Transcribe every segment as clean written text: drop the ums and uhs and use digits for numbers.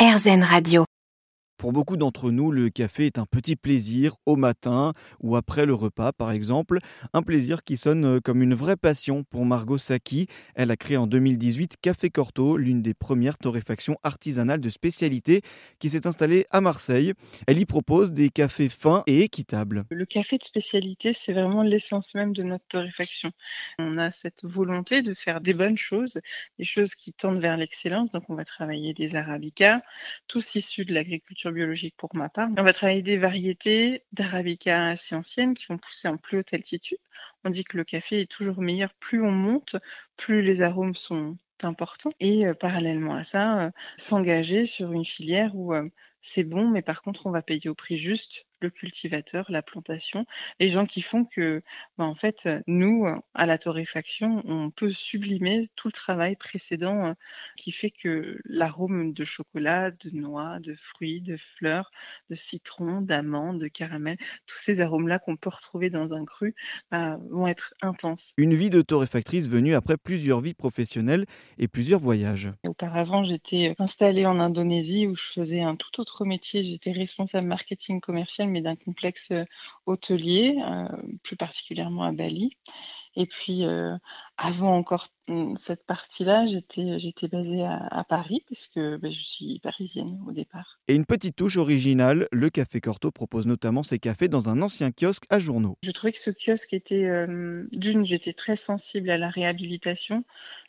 RZN Radio. Pour beaucoup d'entre nous, le café est un petit plaisir au matin ou après le repas, par exemple. Un plaisir qui sonne comme une vraie passion pour Margot Sacchi. Elle a créé en 2018 Café Corto, l'une des premières torréfactions artisanales de spécialité qui s'est installée à Marseille. Elle y propose des cafés fins et équitables. Le café de spécialité, c'est vraiment l'essence même de notre torréfaction. On a cette volonté de faire des bonnes choses, des choses qui tendent vers l'excellence. Donc, on va travailler des arabicas, tous issus de l'agriculture biologique pour ma part. On va travailler des variétés d'arabicas assez anciennes qui vont pousser en plus haute altitude. On dit que le café est toujours meilleur plus on monte, plus les arômes sont importants. Et parallèlement à ça, s'engager sur une filière où c'est bon, mais par contre, on va payer au prix juste le cultivateur, la plantation, les gens qui font que, en fait, nous, à la torréfaction, on peut sublimer tout le travail précédent qui fait que l'arôme de chocolat, de noix, de fruits, de fleurs, de citron, d'amande, de caramel, tous ces arômes-là qu'on peut retrouver dans un cru, vont être intenses. Une vie de torréfactrice venue après plusieurs vies professionnelles et plusieurs voyages. Auparavant, j'étais installée en Indonésie où je faisais un tout autre métier. J'étais responsable marketing commercial, mais d'un complexe hôtelier, plus particulièrement à Bali. Et puis, avant encore cette partie-là, j'étais basée à Paris parce que je suis parisienne au départ. Et une petite touche originale, le Café Corto propose notamment ses cafés dans un ancien kiosque à journaux. Je trouvais que ce kiosque était, j'étais très sensible à la réhabilitation,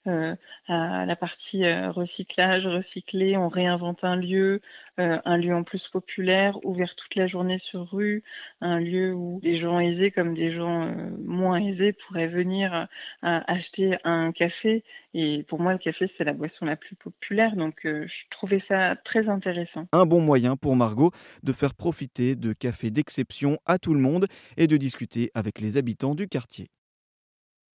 à la partie, recyclage, recycler, on réinvente un lieu en plus populaire, ouvert toute la journée sur rue, un lieu où des gens aisés comme des gens, moins aisés pourraient venir, acheter un café et pour moi, le café, c'est la boisson la plus populaire donc je trouvais ça très intéressant. Un bon moyen pour Margot de faire profiter de cafés d'exception à tout le monde et de discuter avec les habitants du quartier.